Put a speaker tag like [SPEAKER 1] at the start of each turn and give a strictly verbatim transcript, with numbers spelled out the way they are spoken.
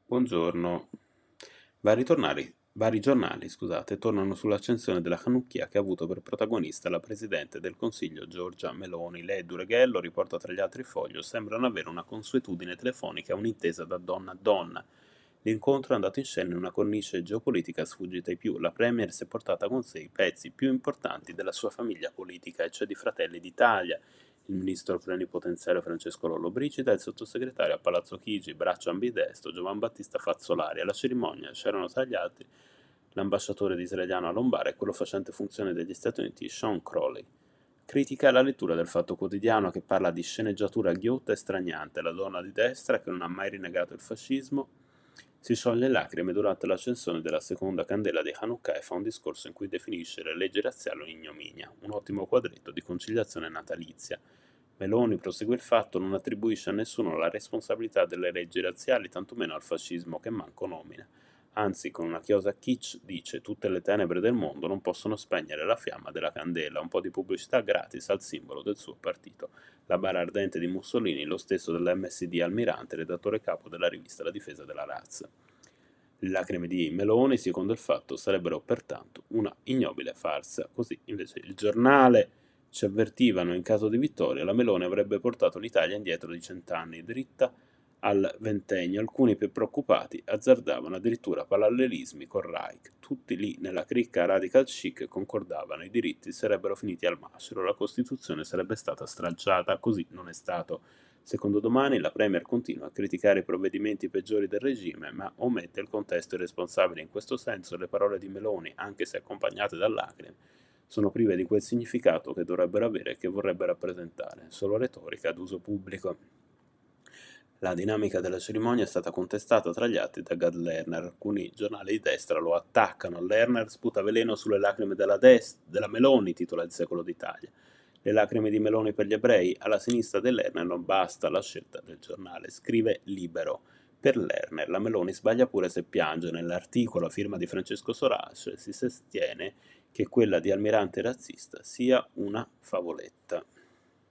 [SPEAKER 1] Buongiorno. Vari tornali- vari giornali, scusate, tornano sull'accensione della Chanukia che ha avuto per protagonista la Presidente del Consiglio Giorgia Meloni. Lei e Dureghello, riporta tra gli altri Foglio, sembrano avere una consuetudine telefonica, un'intesa da donna a donna. L'incontro è andato in scena in una cornice geopolitica sfuggita ai più. La Premier si è portata con sé i pezzi più importanti della sua famiglia politica, e cioè di Fratelli d'Italia, il ministro plenipotenziario Francesco Lollobrigida e il sottosegretario a Palazzo Chigi, braccio ambidestro, Giovan Battista Fazzolari. Alla cerimonia c'erano tra gli altri l'ambasciatore israeliano a Lombare e quello facente funzione degli Stati Uniti, Sean Crowley. Critica la lettura del Fatto Quotidiano, che parla di sceneggiatura ghiotta e straniante. La donna di destra, che non ha mai rinnegato il fascismo, si scioglie in lacrime durante l'accensione della seconda candela di Hanukkah e fa un discorso in cui definisce le leggi razziali un'ignominia, un ottimo quadretto di conciliazione natalizia. Meloni, prosegue il fatto, non attribuisce a nessuno la responsabilità delle leggi razziali, tantomeno al fascismo che manco nomina. Anzi, con una chiosa kitsch dice: tutte le tenebre del mondo non possono spegnere la fiamma della candela. Un po' di pubblicità gratis al simbolo del suo partito. La bara ardente di Mussolini, lo stesso dell'M S D Almirante, redattore capo della rivista La difesa della razza. Le lacrime di Meloni, secondo il fatto, sarebbero pertanto una ignobile farsa. Così invece il giornale ci avvertivano: in caso di vittoria la Meloni avrebbe portato l'Italia indietro di cent'anni, dritta al ventennio. Alcuni, più preoccupati, azzardavano addirittura parallelismi col Reich. Tutti lì nella cricca radical chic concordavano: i diritti sarebbero finiti al macero, la Costituzione sarebbe stata stralciata. Così non è stato. Secondo Domani la Premier continua a criticare i provvedimenti peggiori del regime, ma omette il contesto irresponsabile. In questo senso le parole di Meloni, anche se accompagnate da lacrime, sono prive di quel significato che dovrebbero avere e che vorrebbe rappresentare, solo retorica ad uso pubblico. La dinamica della cerimonia è stata contestata tra gli altri da Gad Lerner. Alcuni giornali di destra lo attaccano. Lerner sputa veleno sulle lacrime della, dest- della Meloni, titola Il Secolo d'Italia. Le lacrime di Meloni per gli ebrei? Alla sinistra di Lerner non basta la scelta del giornale. Scrive Libero. Per Lerner la Meloni sbaglia pure se piange. Nell'articolo a firma di Francesco Sorace si sostiene che quella di Almirante razzista sia una favoletta.